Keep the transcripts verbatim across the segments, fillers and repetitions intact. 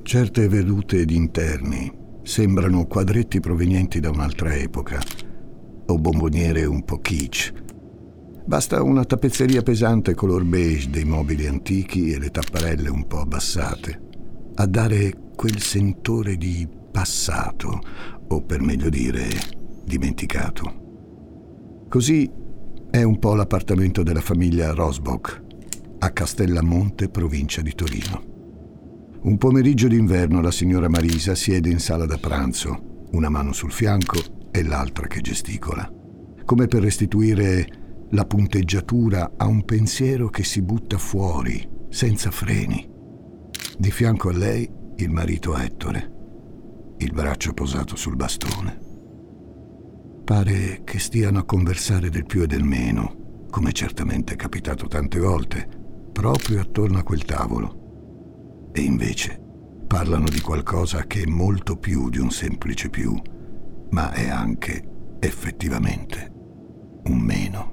Certe vedute ed interni sembrano quadretti provenienti da un'altra epoca o bomboniere un po' kitsch. Basta una tappezzeria pesante color beige dei mobili antichi e le tapparelle un po' abbassate a dare quel sentore di passato, o per meglio dire dimenticato. Così è un po' l'appartamento della famiglia Rosbach a Castellamonte, provincia di Torino. Un pomeriggio d'inverno la signora Marisa siede in sala da pranzo, una mano sul fianco e l'altra che gesticola, come per restituire la punteggiatura a un pensiero che si butta fuori, senza freni. Di fianco a lei il marito Ettore, il braccio posato sul bastone. Pare che stiano a conversare del più e del meno, come certamente è capitato tante volte, proprio attorno a quel tavolo. E invece parlano di qualcosa che è molto più di un semplice più, ma è anche effettivamente un meno.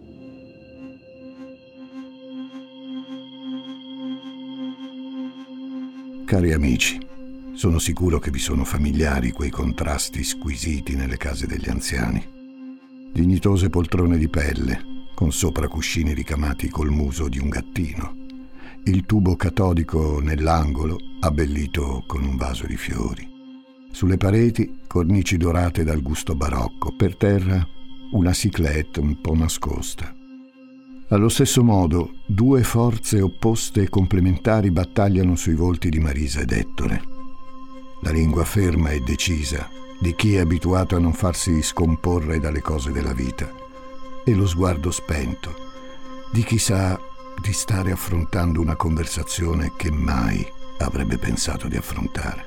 Cari amici, sono sicuro che vi sono familiari quei contrasti squisiti nelle case degli anziani. Dignitose poltrone di pelle, con sopra cuscini ricamati col muso di un gattino. Il tubo catodico nell'angolo, abbellito con un vaso di fiori. Sulle pareti, cornici dorate dal gusto barocco. Per terra, una cyclette un po' nascosta. Allo stesso modo, due forze opposte e complementari battagliano sui volti di Marisa ed Ettore. La lingua ferma e decisa di chi è abituato a non farsi scomporre dalle cose della vita, e lo sguardo spento di chi sa di stare affrontando una conversazione che mai avrebbe pensato di affrontare.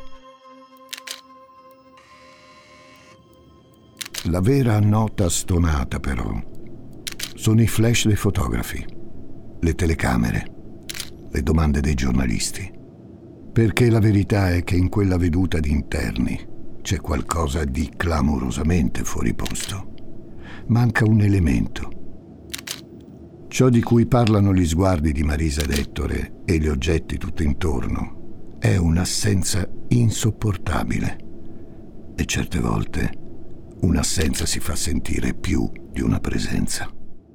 La vera nota stonata, però, sono i flash dei fotografi, le telecamere, le domande dei giornalisti. Perché la verità è che in quella veduta di interni c'è qualcosa di clamorosamente fuori posto. Manca un elemento. Ciò di cui parlano gli sguardi di Marisa ed Ettore e gli oggetti tutto intorno è un'assenza insopportabile. E certe volte un'assenza si fa sentire più di una presenza.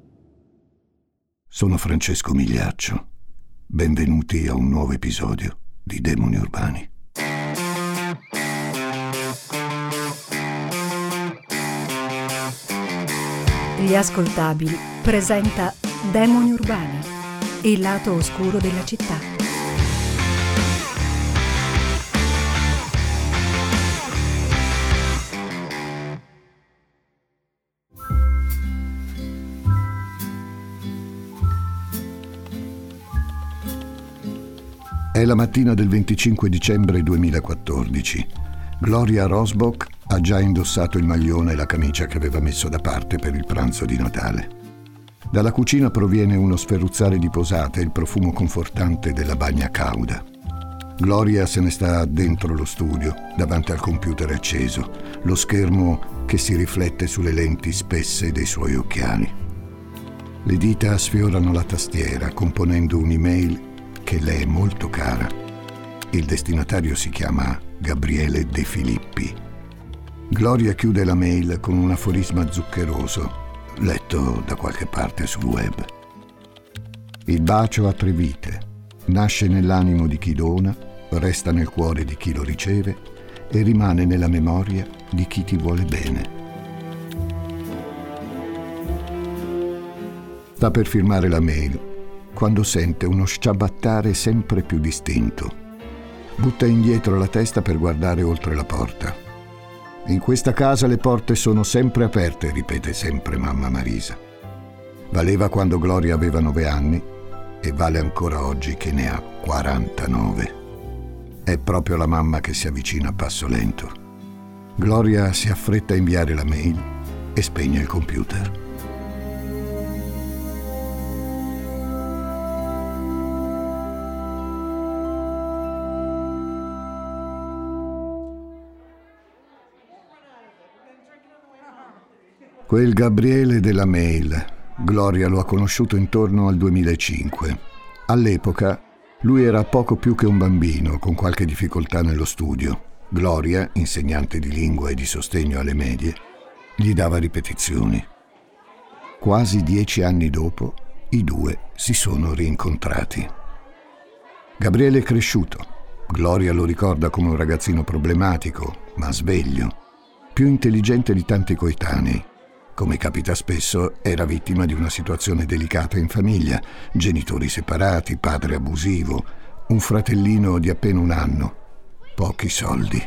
Sono Francesco Migliaccio. Benvenuti a un nuovo episodio di Demoni Urbani. Gli Ascoltabili presenta Demoni Urbani, il lato oscuro della città. È la mattina del venticinque dicembre duemilaquattordici. Gloria Rosbach ha già indossato il maglione e la camicia che aveva messo da parte per il pranzo di Natale. Dalla cucina proviene uno sferruzzare di posate e il profumo confortante della bagna cauda. Gloria se ne sta dentro lo studio, davanti al computer acceso, lo schermo che si riflette sulle lenti spesse dei suoi occhiali. Le dita sfiorano la tastiera, componendo un'email che le è molto cara. Il destinatario si chiama Gabriele De Filippi. Gloria chiude la mail con un aforisma zuccheroso, letto da qualche parte sul web. Il bacio ha tre vite. Nasce nell'animo di chi dona, resta nel cuore di chi lo riceve e rimane nella memoria di chi ti vuole bene. Sta per firmare la mail quando sente uno sciabattare sempre più distinto. Butta indietro la testa per guardare oltre la porta. In questa casa le porte sono sempre aperte, ripete sempre mamma Marisa. Valeva quando Gloria aveva nove anni e vale ancora oggi che ne ha quarantanove. È proprio la mamma che si avvicina a passo lento. Gloria si affretta a inviare la mail e spegne il computer. Quel Gabriele della mail, Gloria lo ha conosciuto intorno al duemilacinque. All'epoca Lui era poco più che un bambino, con qualche difficoltà nello studio. Gloria, insegnante di lingua e di sostegno alle medie, gli dava ripetizioni. Quasi dieci anni dopo, i due si sono rincontrati. Gabriele è cresciuto. Gloria lo ricorda come un ragazzino problematico, ma sveglio, più intelligente di tanti coetanei. Come capita spesso, era vittima di una situazione delicata in famiglia, genitori separati, padre abusivo, un fratellino di appena un anno, pochi soldi.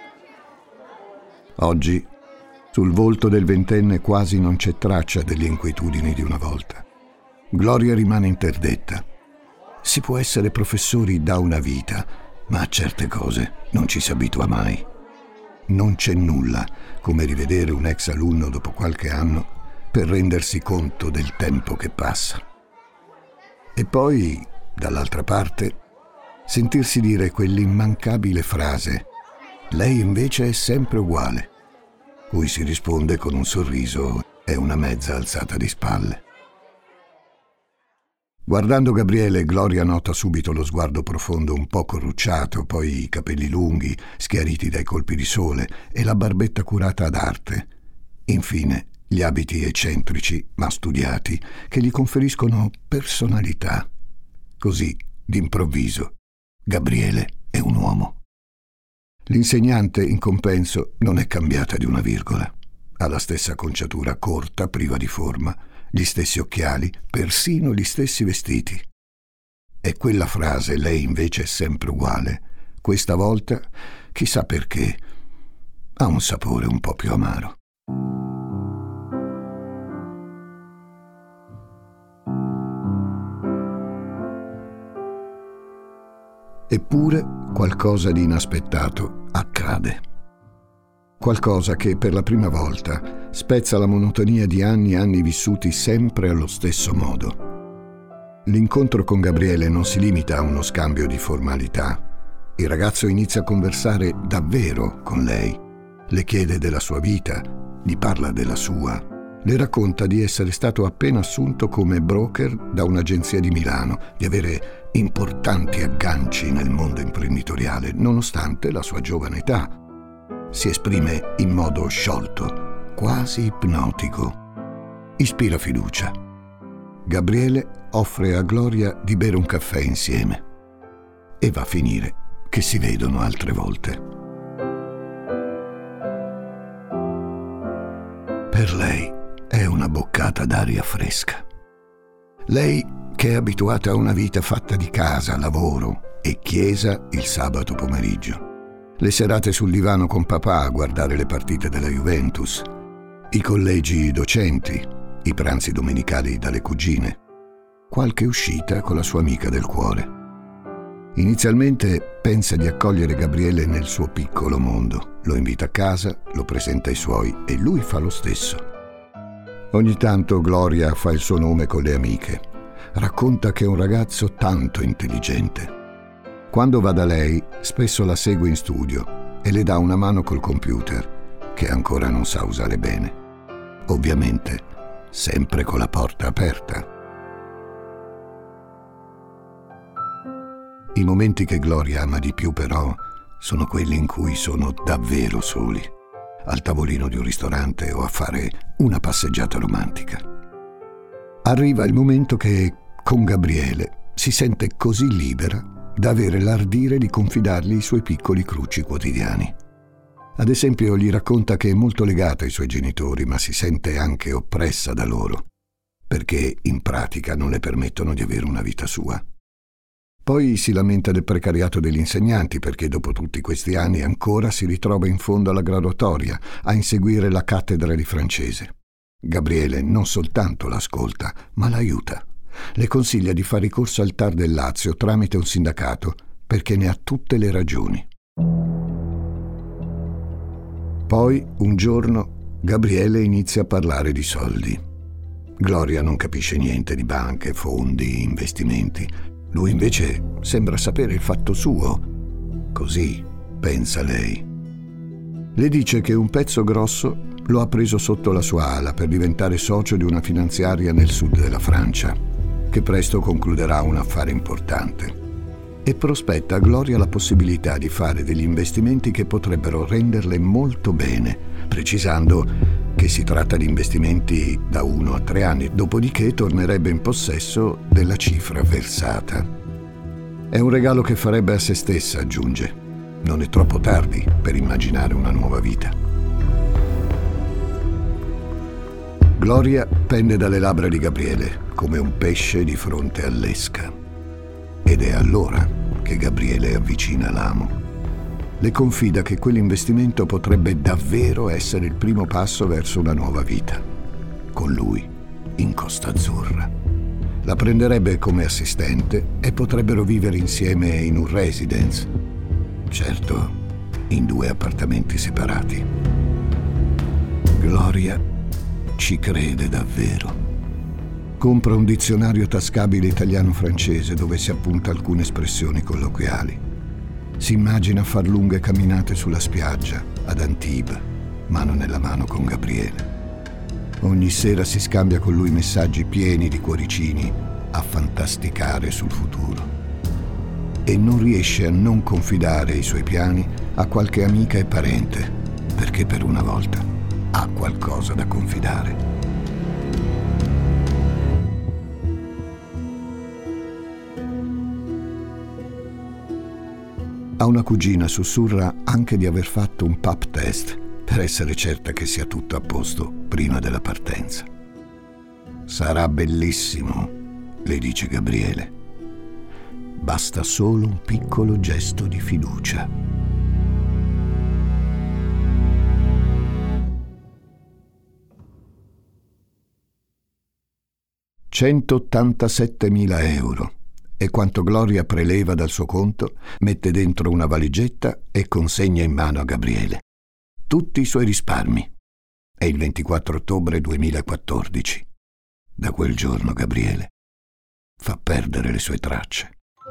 Oggi, sul volto del ventenne quasi non c'è traccia delle inquietudini di una volta. Gloria rimane interdetta. Si può essere professori da una vita, ma a certe cose non ci si abitua mai. Non c'è nulla come rivedere un ex alunno dopo qualche anno per rendersi conto del tempo che passa. E poi, dall'altra parte, sentirsi dire quell'immancabile frase «Lei invece è sempre uguale», cui si risponde con un sorriso e una mezza alzata di spalle. Guardando Gabriele, Gloria nota subito lo sguardo profondo un po' corrucciato, poi i capelli lunghi, schiariti dai colpi di sole, e la barbetta curata ad arte. Infine, gli abiti eccentrici, ma studiati, che gli conferiscono personalità. Così, d'improvviso, Gabriele è un uomo. L'insegnante, in compenso, non è cambiata di una virgola. Ha la stessa conciatura corta, priva di forma, gli stessi occhiali, persino gli stessi vestiti. E quella frase, lei invece è sempre uguale, questa volta, chissà perché, ha un sapore un po' più amaro. Eppure qualcosa di inaspettato accade. Qualcosa che per la prima volta spezza la monotonia di anni e anni vissuti sempre allo stesso modo. L'incontro con Gabriele non si limita a uno scambio di formalità. Il ragazzo inizia a conversare davvero con lei. Le chiede della sua vita, gli parla della sua. Le racconta di essere stato appena assunto come broker da un'agenzia di Milano, di avere importanti agganci nel mondo imprenditoriale, nonostante la sua giovane età. Si esprime in modo sciolto, quasi ipnotico. Ispira fiducia. Gabriele offre a Gloria di bere un caffè insieme. E va a finire che si vedono altre volte. Per lei è una boccata d'aria fresca. Lei, che è abituata a una vita fatta di casa, lavoro e chiesa il sabato pomeriggio. Le serate sul divano con papà a guardare le partite della Juventus, i collegi docenti, i pranzi domenicali dalle cugine, qualche uscita con la sua amica del cuore. Inizialmente pensa di accogliere Gabriele nel suo piccolo mondo, lo invita a casa, lo presenta ai suoi e lui fa lo stesso. Ogni tanto Gloria fa il suo nome con le amiche, racconta che è un ragazzo tanto intelligente. Quando va da lei, spesso la segue in studio e le dà una mano col computer, che ancora non sa usare bene. Ovviamente, sempre con la porta aperta. I momenti che Gloria ama di più, però, sono quelli in cui sono davvero soli, al tavolino di un ristorante o a fare una passeggiata romantica. Arriva il momento che, con Gabriele, si sente così libera da avere l'ardire di confidargli i suoi piccoli crucci quotidiani. Ad esempio, gli racconta che è molto legata ai suoi genitori, ma si sente anche oppressa da loro, perché in pratica non le permettono di avere una vita sua. Poi si lamenta del precariato degli insegnanti, perché dopo tutti questi anni ancora si ritrova in fondo alla graduatoria a inseguire la cattedra di francese. Gabriele non soltanto l'ascolta, ma l'aiuta. Le consiglia di fare ricorso al T A R del Lazio tramite un sindacato, perché ne ha tutte le ragioni. Poi, un giorno, Gabriele inizia a parlare di soldi. Gloria non capisce niente di banche, fondi, investimenti. Lui invece sembra sapere il fatto suo. Così pensa lei. Le dice che un pezzo grosso lo ha preso sotto la sua ala per diventare socio di una finanziaria nel sud della Francia, che presto concluderà un affare importante. e prospetta a Gloria la possibilità di fare degli investimenti che potrebbero renderle molto bene, precisando che si tratta di investimenti da uno a tre anni, dopodiché tornerebbe in possesso della cifra versata. È un regalo che farebbe a se stessa, aggiunge. Non è troppo tardi per immaginare una nuova vita. Gloria pende dalle labbra di Gabriele come un pesce di fronte all'esca. Ed è allora che Gabriele avvicina l'amo. Le confida che quell'investimento potrebbe davvero essere il primo passo verso una nuova vita. Con lui, in Costa Azzurra. La prenderebbe come assistente e potrebbero vivere insieme in un residence. Certo, in due appartamenti separati. Gloria ci crede davvero. Compra un dizionario tascabile italiano-francese dove si appunta alcune espressioni colloquiali. Si immagina far lunghe camminate sulla spiaggia, ad Antibes, mano nella mano con Gabriele. Ogni sera si scambia con lui messaggi pieni di cuoricini a fantasticare sul futuro. E non riesce a non confidare i suoi piani a qualche amica e parente, perché per una volta ha qualcosa da confidare. A una cugina sussurra anche di aver fatto un pap test per essere certa che sia tutto a posto prima della partenza. Sarà bellissimo, le dice Gabriele. Basta solo un piccolo gesto di fiducia. centottantasettemila euro è quanto Gloria preleva dal suo conto, mette dentro una valigetta e consegna in mano a Gabriele. Tutti i suoi risparmi. È il ventiquattro ottobre duemilaquattordici. Da quel giorno Gabriele fa perdere le sue tracce.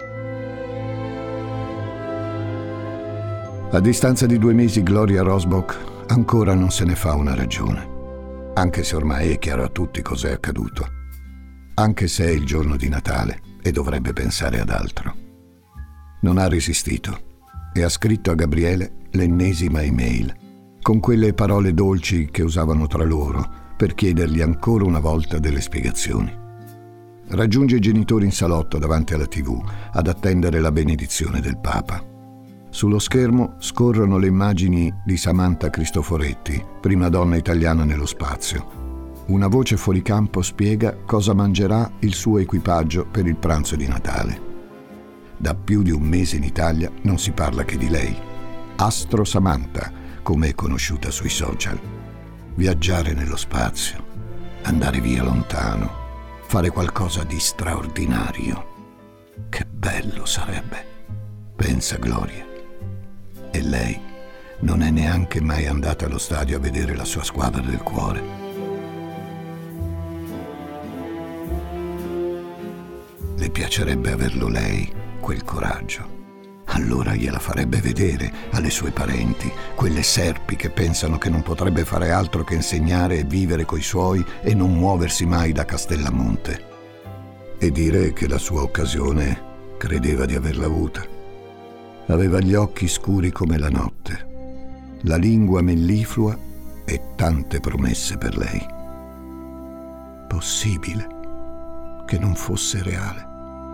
A distanza di due mesi Gloria Rosbach ancora non se ne fa una ragione, anche se ormai è chiaro a tutti cos'è accaduto. Anche se è il giorno di Natale e dovrebbe pensare ad altro. Non ha resistito e ha scritto a Gabriele l'ennesima email, con quelle parole dolci che usavano tra loro per chiedergli ancora una volta delle spiegazioni. Raggiunge i genitori in salotto davanti alla tivù ad attendere la benedizione del Papa. Sullo schermo scorrono le immagini di Samantha Cristoforetti, prima donna italiana nello spazio. Una voce fuori campo spiega cosa mangerà il suo equipaggio per il pranzo di Natale. Da più di un mese in Italia non si parla che di lei. Astro Samantha, come è conosciuta sui social. Viaggiare nello spazio, andare via lontano, fare qualcosa di straordinario. Che bello sarebbe, pensa Gloria. E lei non è neanche mai andata allo stadio a vedere la sua squadra del cuore. Le piacerebbe averlo lei, quel coraggio. Allora gliela farebbe vedere alle sue parenti, quelle serpi che pensano che non potrebbe fare altro che insegnare e vivere coi suoi e non muoversi mai da Castellamonte. E dire che la sua occasione credeva di averla avuta. Aveva gli occhi scuri come la notte, la lingua melliflua e tante promesse per lei. Possibile che non fosse reale.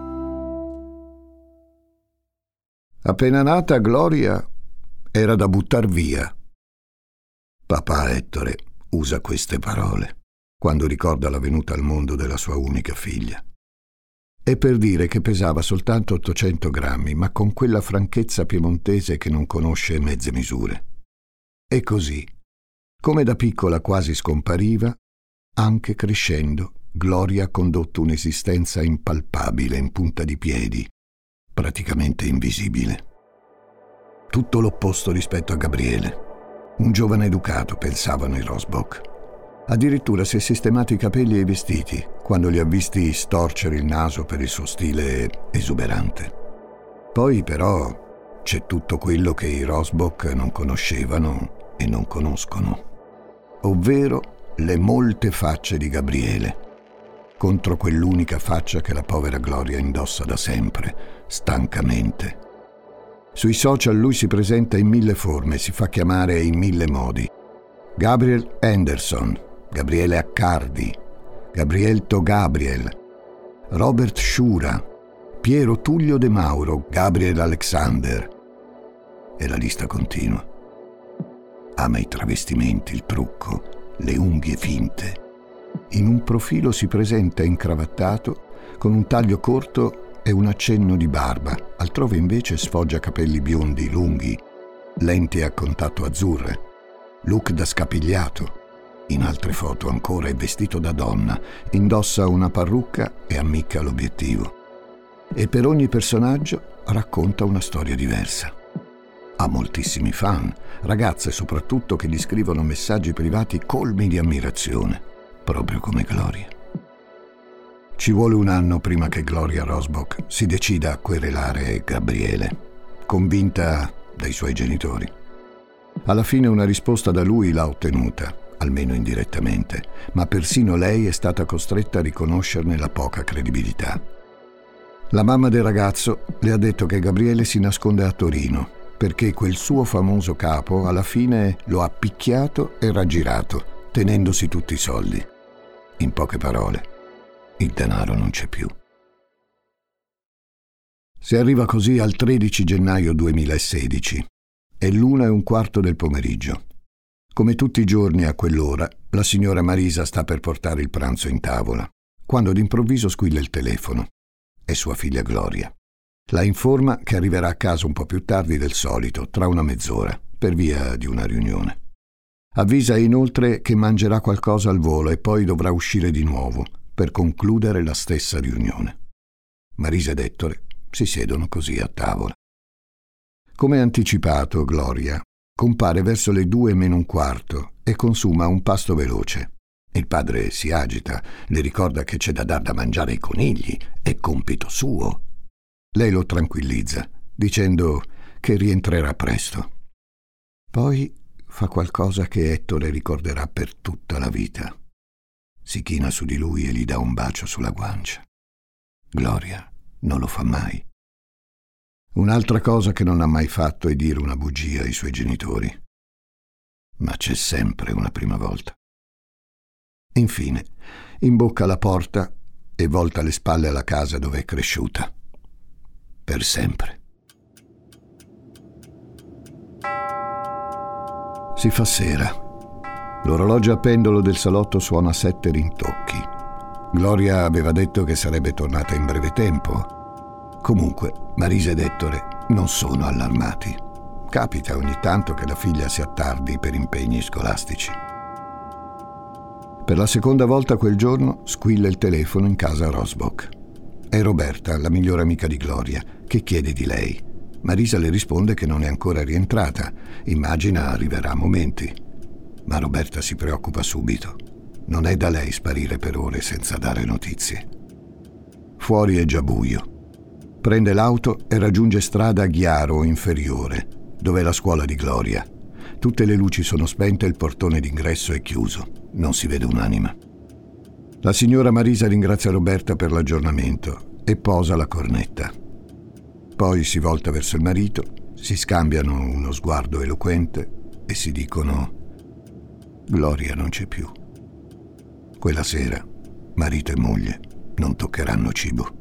Appena nata, Gloria era da buttar via. Papà Ettore usa queste parole quando ricorda la venuta al mondo della sua unica figlia. È per dire che pesava soltanto ottocento grammi, ma con quella franchezza piemontese che non conosce mezze misure. E così, come da piccola quasi scompariva, anche crescendo, Gloria ha condotto un'esistenza impalpabile in punta di piedi, praticamente invisibile. Tutto l'opposto rispetto a Gabriele. Un giovane educato, pensavano i Rosbach. Addirittura si è sistemato i capelli e i vestiti quando li ha visti storcere il naso per il suo stile esuberante. Poi però c'è tutto quello che i Rosbach non conoscevano e non conoscono, ovvero le molte facce di Gabriele. contro quell'unica faccia che la povera Gloria indossa da sempre, stancamente. Sui social lui si presenta in mille forme, si fa chiamare in mille modi. Gabriel Anderson, Gabriele Accardi, Gabrielto Gabriel, Robert Sciura, Piero Tullio De Mauro, Gabriel Alexander. E la lista continua. Ama i travestimenti, il trucco, le unghie finte. In un profilo si presenta incravattato, con un taglio corto e un accenno di barba, altrove invece sfoggia capelli biondi lunghi, lenti a contatto azzurre, look da scapigliato. In altre foto ancora è vestito da donna, indossa una parrucca e ammicca l'obiettivo. E per ogni personaggio racconta una storia diversa. Ha moltissimi fan, ragazze soprattutto che gli scrivono messaggi privati colmi di ammirazione, proprio come Gloria. Ci vuole un anno prima che Gloria Rosbach si decida a querelare Gabriele, convinta dai suoi genitori. Alla fine una risposta da lui l'ha ottenuta, almeno indirettamente, ma persino lei è stata costretta a riconoscerne la poca credibilità. La mamma del ragazzo le ha detto che Gabriele si nasconde a Torino perché quel suo famoso capo alla fine lo ha picchiato e raggirato, tenendosi tutti i soldi. In poche parole, il denaro non c'è più. Si arriva così al tredici gennaio duemilasedici. È l'una e un quarto del pomeriggio. Come tutti i giorni a quell'ora, la signora Marisa sta per portare il pranzo in tavola, quando d'improvviso squilla il telefono. È sua figlia Gloria. La informa che arriverà a casa un po' più tardi del solito, tra una mezz'ora, per via di una riunione. Avvisa inoltre che mangerà qualcosa al volo e poi dovrà uscire di nuovo per concludere la stessa riunione. Marisa ed Ettore si siedono così a tavola. Come anticipato, Gloria compare verso le due meno un quarto e consuma un pasto veloce. Il padre si agita, le ricorda che c'è da dar da mangiare ai conigli, è compito suo. Lei lo tranquillizza, dicendo che rientrerà presto. Poi fa qualcosa che Ettore ricorderà per tutta la vita. Si china su di lui e gli dà un bacio sulla guancia. Gloria non lo fa mai. Un'altra cosa che non ha mai fatto è dire una bugia ai suoi genitori. Ma c'è sempre una prima volta. Infine, imbocca la porta e volta le spalle alla casa dove è cresciuta. Per sempre. Si fa sera. L'orologio a pendolo del salotto suona sette rintocchi. Gloria aveva detto che sarebbe tornata in breve tempo. Comunque, Marisa ed Ettore non sono allarmati. Capita ogni tanto che la figlia si attardi per impegni scolastici. Per la seconda volta quel giorno squilla il telefono in casa Rosbach. È Roberta, la migliore amica di Gloria, che chiede di lei. Marisa le risponde che non è ancora rientrata. Immagina arriverà a momenti. Ma Roberta si preoccupa subito. Non è da lei sparire per ore senza dare notizie. Fuori è già buio. Prende l'auto e raggiunge strada Ghiaro Inferiore, dove è la scuola di Gloria. Tutte le luci sono spente e il portone d'ingresso è chiuso. Non si vede un'anima. La signora Marisa ringrazia Roberta per l'aggiornamento e posa la cornetta. Poi si volta verso il marito, si scambiano uno sguardo eloquente e si dicono: Gloria non c'è più. Quella sera marito e moglie non toccheranno cibo.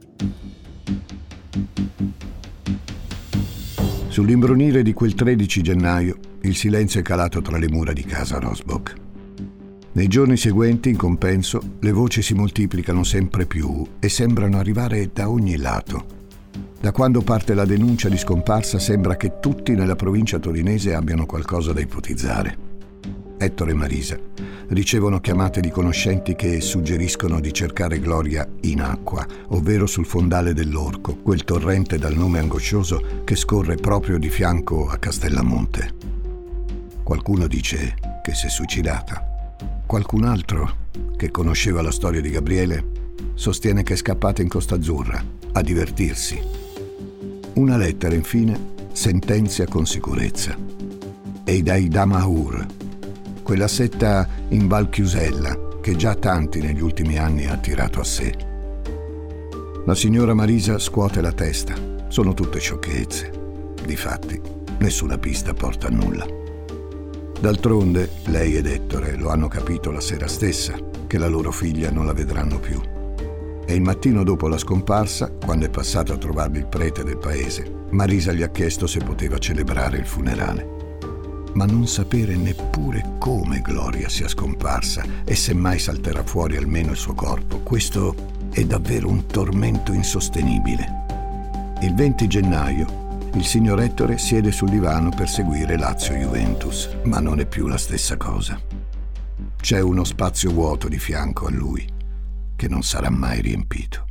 Sull'imbronire di quel tredici gennaio il silenzio è calato tra le mura di casa Rosbach. Nei giorni seguenti, in compenso, le voci si moltiplicano sempre più e sembrano arrivare da ogni lato. Da quando parte la denuncia di scomparsa sembra che tutti nella provincia torinese abbiano qualcosa da ipotizzare. Ettore e Marisa ricevono chiamate di conoscenti che suggeriscono di cercare Gloria in acqua, ovvero sul fondale dell'Orco, quel torrente dal nome angoscioso che scorre proprio di fianco a Castellamonte. Qualcuno dice che si è suicidata. Qualcun altro, che conosceva la storia di Gabriele, sostiene che è scappata in Costa Azzurra a divertirsi. Una lettera, infine, sentenzia con sicurezza. Eidai Damahur, quella setta in Val Chiusella, che già tanti negli ultimi anni ha attirato a sé. La signora Marisa scuote la testa. Sono tutte sciocchezze. Difatti, nessuna pista porta a nulla. D'altronde, lei ed Ettore lo hanno capito la sera stessa, che la loro figlia non la vedranno più. E il mattino dopo la scomparsa, quando è passato a trovarli il prete del paese, Marisa gli ha chiesto se poteva celebrare il funerale. Ma non sapere neppure come Gloria sia scomparsa e se mai salterà fuori almeno il suo corpo, questo è davvero un tormento insostenibile. Il venti gennaio il signor Ettore siede sul divano per seguire Lazio-Juventus, ma non è più la stessa cosa. C'è uno spazio vuoto di fianco a lui che non sarà mai riempito.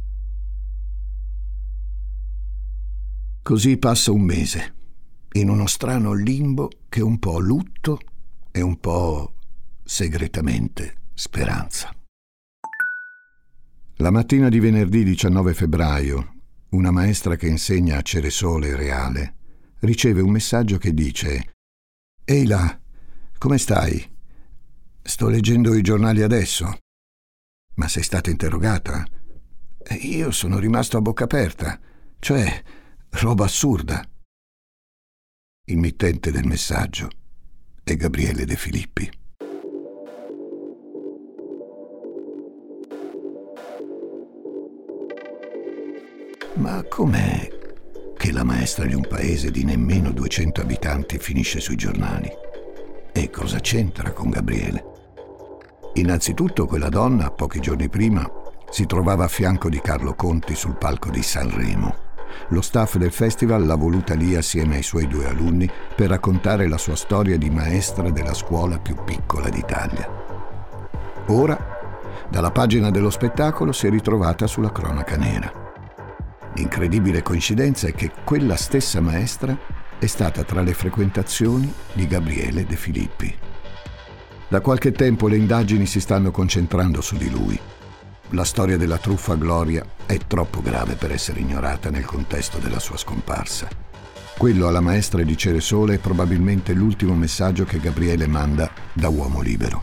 Così passa un mese, in uno strano limbo che è un po' lutto e un po' segretamente speranza. La mattina di venerdì diciannove febbraio, una maestra che insegna a Ceresole Reale riceve un messaggio che dice: «Ehi là, come stai? Sto leggendo i giornali adesso. Ma sei stata interrogata? Io sono rimasto a bocca aperta, cioè roba assurda». Il mittente del messaggio è Gabriele De Filippi. Ma com'è che la maestra di un paese di nemmeno duecento abitanti finisce sui giornali? E cosa c'entra con Gabriele? Innanzitutto quella donna, pochi giorni prima, si trovava a fianco di Carlo Conti sul palco di Sanremo. Lo staff del festival l'ha voluta lì assieme ai suoi due alunni per raccontare la sua storia di maestra della scuola più piccola d'Italia. Ora, dalla pagina dello spettacolo si è ritrovata sulla cronaca nera. L'incredibile coincidenza è che quella stessa maestra è stata tra le frequentazioni di Gabriele De Filippi. Da qualche tempo le indagini si stanno concentrando su di lui. La storia della truffa Gloria è troppo grave per essere ignorata nel contesto della sua scomparsa. Quello alla maestra di Ceresole è probabilmente l'ultimo messaggio che Gabriele manda da uomo libero.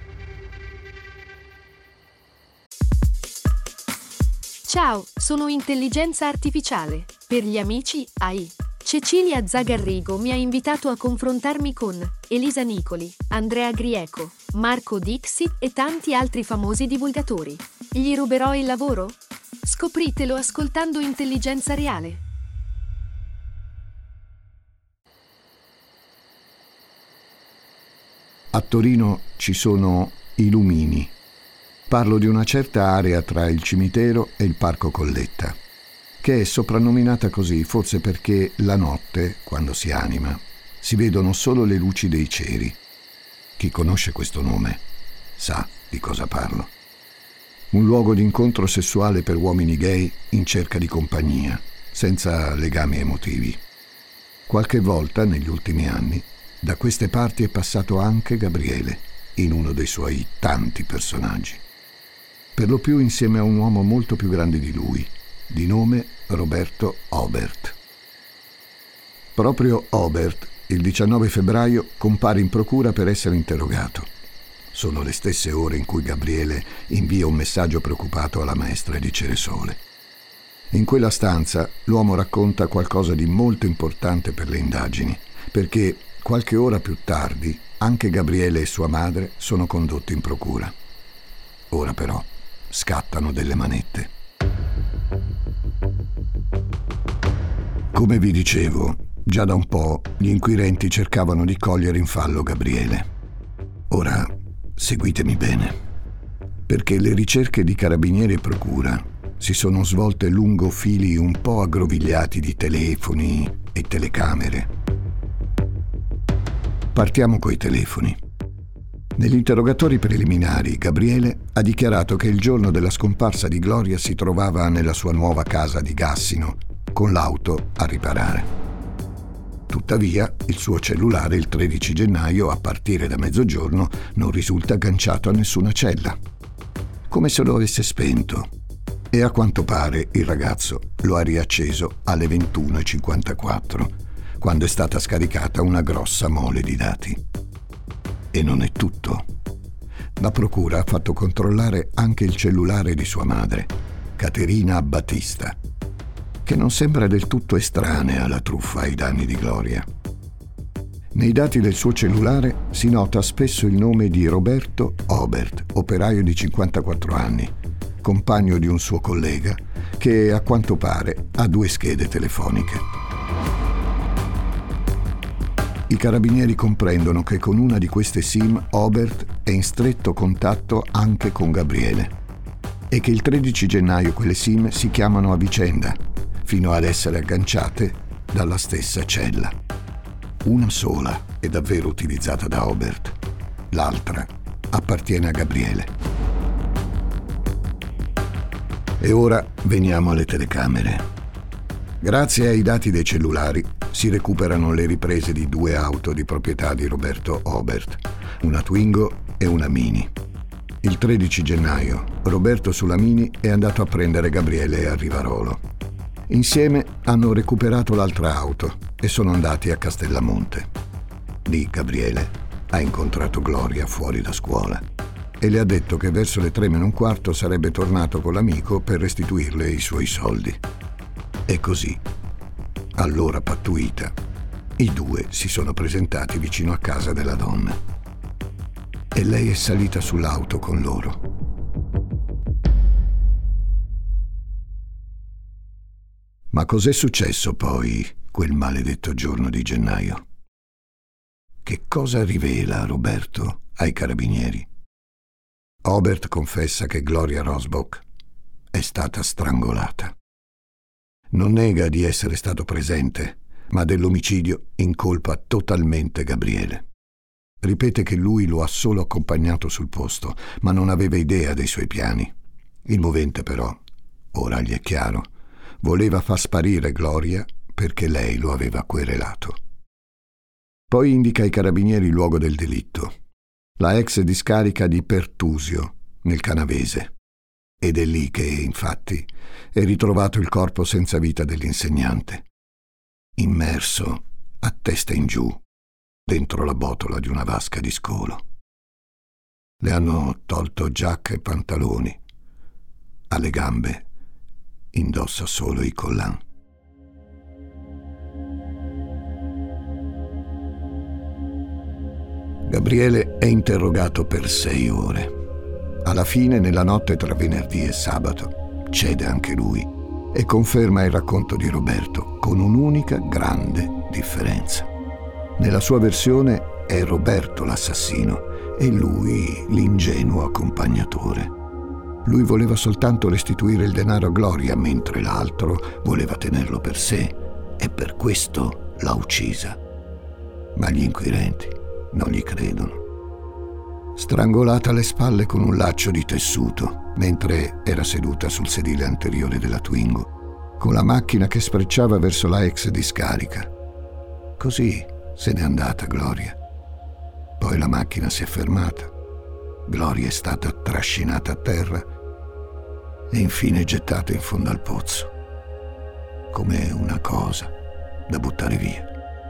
Ciao, sono Intelligenza Artificiale. Per gli amici A I. Cecilia Zagarrigo mi ha invitato a confrontarmi con Elisa Nicoli, Andrea Grieco, Marco Dixit e tanti altri famosi divulgatori. Gli ruberò il lavoro? Scopritelo ascoltando Intelligenza Reale. A Torino ci sono i Lumini. Parlo di una certa area tra il cimitero e il Parco Colletta, che è soprannominata così forse perché la notte, quando si anima, si vedono solo le luci dei ceri. Chi conosce questo nome sa di cosa parlo. Un luogo di incontro sessuale per uomini gay in cerca di compagnia, senza legami emotivi. Qualche volta, negli ultimi anni, da queste parti è passato anche Gabriele, in uno dei suoi tanti personaggi. Per lo più insieme a un uomo molto più grande di lui, di nome Roberto Obert. Proprio Obert, il diciannove febbraio, compare in procura per essere interrogato. Sono le stesse ore in cui Gabriele invia un messaggio preoccupato alla maestra di Ceresole. In quella stanza l'uomo racconta qualcosa di molto importante per le indagini, perché qualche ora più tardi anche Gabriele e sua madre sono condotti in procura. Ora però scattano delle manette. Come vi dicevo, già da un po' gli inquirenti cercavano di cogliere in fallo Gabriele. Ora seguitemi bene, perché le ricerche di carabinieri e procura si sono svolte lungo fili un po' aggrovigliati di telefoni e telecamere. Partiamo coi telefoni. Negli interrogatori preliminari, Gabriele ha dichiarato che il giorno della scomparsa di Gloria si trovava nella sua nuova casa di Gassino, con l'auto a riparare. Tuttavia, il suo cellulare il tredici gennaio, a partire da mezzogiorno, non risulta agganciato a nessuna cella, come se lo avesse spento. E a quanto pare il ragazzo lo ha riacceso alle ventuno e cinquantaquattro, quando è stata scaricata una grossa mole di dati. E non è tutto. La procura ha fatto controllare anche il cellulare di sua madre, Caterina Battista, che non sembra del tutto estranea alla truffa ai danni di Gloria. Nei dati del suo cellulare si nota spesso il nome di Roberto Obert, operaio di cinquantaquattro anni, compagno di un suo collega, che a quanto pare ha due schede telefoniche. I carabinieri comprendono che con una di queste SIM Obert è in stretto contatto anche con Gabriele e che il tredici gennaio quelle SIM si chiamano a vicenda, fino ad essere agganciate dalla stessa cella. Una sola è davvero utilizzata da Obert, l'altra appartiene a Gabriele. E ora veniamo alle telecamere. Grazie ai dati dei cellulari si recuperano le riprese di due auto di proprietà di Roberto Obert, una Twingo e una Mini. Il tredici gennaio Roberto sulla Mini è andato a prendere Gabriele a Rivarolo. Insieme hanno recuperato l'altra auto e sono andati a Castellamonte. Lì Gabriele ha incontrato Gloria fuori da scuola e le ha detto che verso le tre meno un quarto sarebbe tornato con l'amico per restituirle i suoi soldi. E così, all'ora pattuita, i due si sono presentati vicino a casa della donna e lei è salita sull'auto con loro. Ma cos'è successo poi quel maledetto giorno di gennaio? Che cosa rivela Roberto ai carabinieri? Obert confessa che Gloria Rosbach è stata strangolata. Non nega di essere stato presente, ma dell'omicidio incolpa totalmente Gabriele. Ripete che lui lo ha solo accompagnato sul posto, ma non aveva idea dei suoi piani. Il movente però, ora gli è chiaro, voleva far sparire Gloria perché lei lo aveva querelato. Poi indica ai carabinieri il luogo del delitto, la ex discarica di Pertusio, nel Canavese. Ed è lì che, infatti, è ritrovato il corpo senza vita dell'insegnante, immerso a testa in giù dentro la botola di una vasca di scolo. Le hanno tolto giacca e pantaloni. Alle gambe indossa solo i collant. Gabriele è interrogato per sei ore. Alla fine, nella notte tra venerdì e sabato, cede anche lui e conferma il racconto di Roberto con un'unica grande differenza. Nella sua versione è Roberto l'assassino e lui l'ingenuo accompagnatore. Lui voleva soltanto restituire il denaro a Gloria, mentre l'altro voleva tenerlo per sé e per questo l'ha uccisa. Ma gli inquirenti non gli credono. Strangolata alle spalle con un laccio di tessuto, mentre era seduta sul sedile anteriore della Twingo, con la macchina che sfrecciava verso la ex discarica. Così se n'è andata Gloria. Poi la macchina si è fermata. Gloria è stata trascinata a terra e infine gettata in fondo al pozzo, come una cosa da buttare via.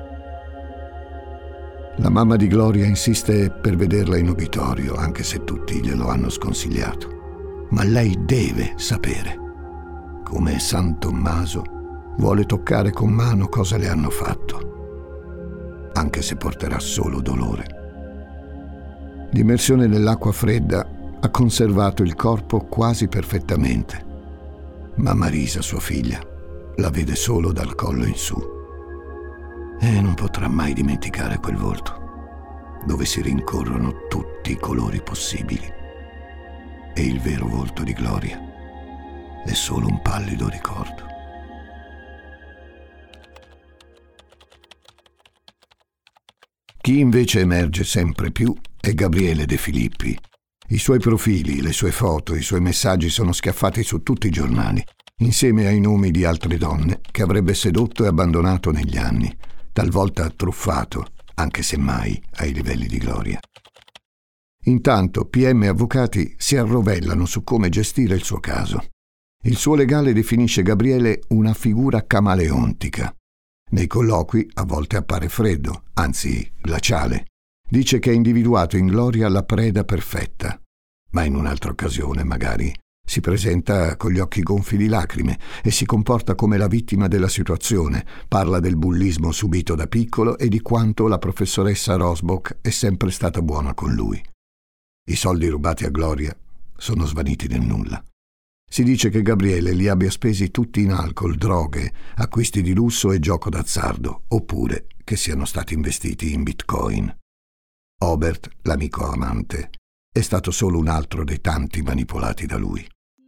La mamma di Gloria insiste per vederla in obitorio, anche se tutti glielo hanno sconsigliato. Ma lei deve sapere. Come San Tommaso, vuole toccare con mano cosa le hanno fatto, anche se porterà solo dolore. L'immersione nell'acqua fredda ha conservato il corpo quasi perfettamente, ma Marisa, sua figlia, la vede solo dal collo in su. E non potrà mai dimenticare quel volto, dove si rincorrono tutti i colori possibili. E il vero volto di Gloria è solo un pallido ricordo. Chi invece emerge sempre più è Gabriele De Filippi. I suoi profili, le sue foto, i suoi messaggi sono schiaffati su tutti i giornali, insieme ai nomi di altre donne che avrebbe sedotto e abbandonato negli anni, talvolta truffato, anche se mai ai livelli di Gloria. Intanto P M e avvocati si arrovellano su come gestire il suo caso. Il suo legale definisce Gabriele una figura camaleontica. Nei colloqui a volte appare freddo, anzi glaciale. Dice che ha individuato in Gloria la preda perfetta, ma in un'altra occasione, magari, si presenta con gli occhi gonfi di lacrime e si comporta come la vittima della situazione, parla del bullismo subito da piccolo e di quanto la professoressa Rosbach è sempre stata buona con lui. I soldi rubati a Gloria sono svaniti nel nulla. Si dice che Gabriele li abbia spesi tutti in alcol, droghe, acquisti di lusso e gioco d'azzardo, oppure che siano stati investiti in bitcoin. Obert, l'amico amante, è stato solo un altro dei tanti manipolati da lui.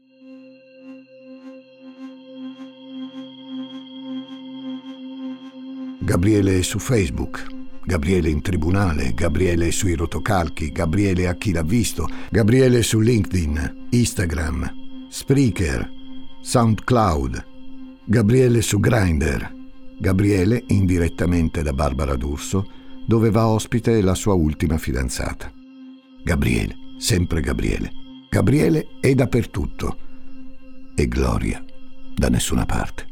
Gabriele su Facebook, Gabriele in tribunale, Gabriele sui rotocalchi, Gabriele a chi l'ha visto, Gabriele su LinkedIn, Instagram, Spreaker, SoundCloud, Gabriele su Grindr, Gabriele indirettamente da Barbara D'Urso, dove va ospite la sua ultima fidanzata. Gabriele, sempre Gabriele. Gabriele è dappertutto e Gloria da nessuna parte.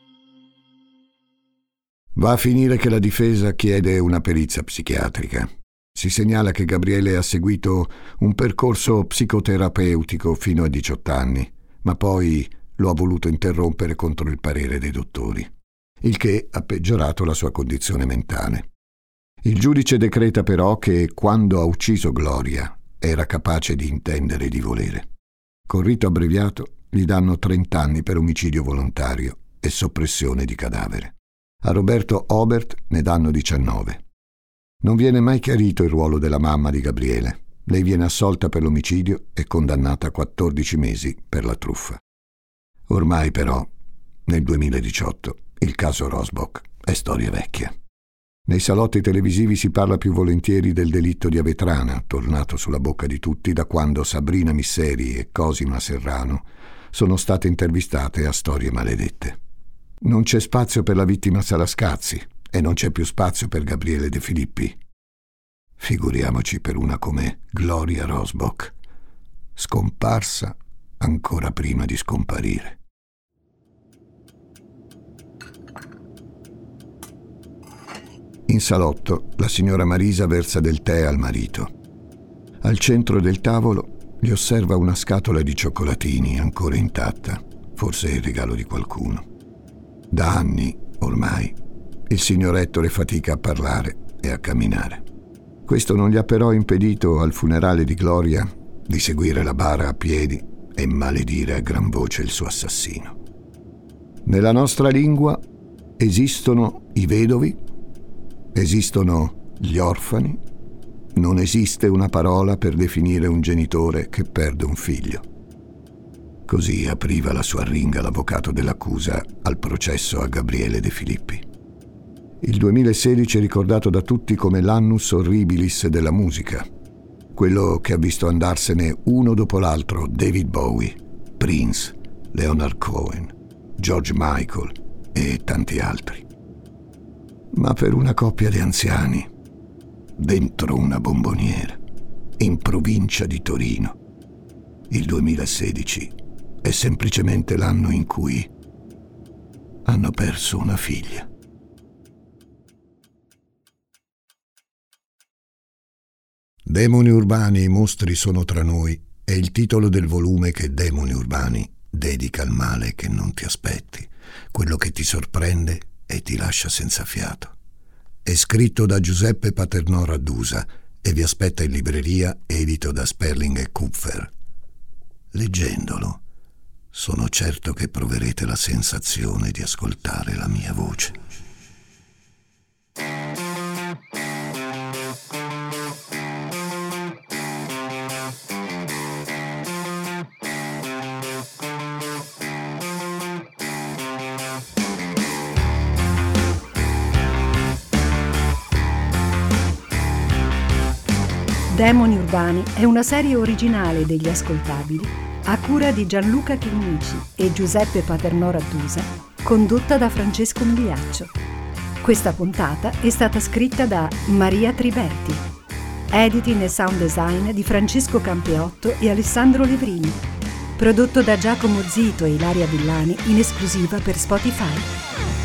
Va a finire che la difesa chiede una perizia psichiatrica. Si segnala che Gabriele ha seguito un percorso psicoterapeutico fino a diciotto anni, ma poi lo ha voluto interrompere contro il parere dei dottori, il che ha peggiorato la sua condizione mentale. Il giudice decreta però che quando ha ucciso Gloria era capace di intendere e di volere. Con rito abbreviato gli danno trenta anni per omicidio volontario e soppressione di cadavere. A Roberto Obert ne danno diciannove. Non viene mai chiarito il ruolo della mamma di Gabriele. Lei viene assolta per l'omicidio e condannata a quattordici mesi per la truffa. Ormai però, nel duemiladiciotto, il caso Rosbach è storia vecchia. Nei salotti televisivi si parla più volentieri del delitto di Avetrana, tornato sulla bocca di tutti da quando Sabrina Misseri e Cosima Serrano sono state intervistate a Storie Maledette. Non c'è spazio per la vittima Salascazzi e non c'è più spazio per Gabriele De Filippi. Figuriamoci per una come Gloria Rosbach, scomparsa ancora prima di scomparire. In salotto la signora Marisa versa del tè al marito. Al centro del tavolo gli osserva una scatola di cioccolatini ancora intatta, forse il regalo di qualcuno. Da anni, ormai, il signor Ettore fatica a parlare e a camminare. Questo non gli ha però impedito al funerale di Gloria di seguire la bara a piedi e maledire a gran voce il suo assassino. Nella nostra lingua esistono i vedovi, esistono gli orfani, non esiste una parola per definire un genitore che perde un figlio. Così apriva la sua arringa l'avvocato dell'accusa al processo a Gabriele De Filippi. Il duemilasedici è ricordato da tutti come l'annus horribilis della musica, quello che ha visto andarsene uno dopo l'altro David Bowie, Prince, Leonard Cohen, George Michael e tanti altri. Ma per una coppia di anziani, dentro una bomboniera, in provincia di Torino, il duemilasedici è semplicemente l'anno in cui hanno perso una figlia. Demoni urbani, i mostri sono tra noi è il titolo del volume che Demoni urbani dedica al male che non ti aspetti, quello che ti sorprende e ti lascia senza fiato. È scritto da Giuseppe Paternò Raddusa e vi aspetta in libreria, edito da Sperling e Kupfer. Leggendolo, sono certo che proverete la sensazione di ascoltare la mia voce. Demoni urbani è una serie originale degli Ascoltabili a cura di Gianluca Chinnici e Giuseppe Paternò Raddusa, condotta da Francesco Migliaccio. Questa puntata è stata scritta da Maria Triberti, editing e sound design di Francesco Campeotto e Alessandro Levrini, prodotto da Giacomo Zito e Ilaria Villani in esclusiva per Spotify.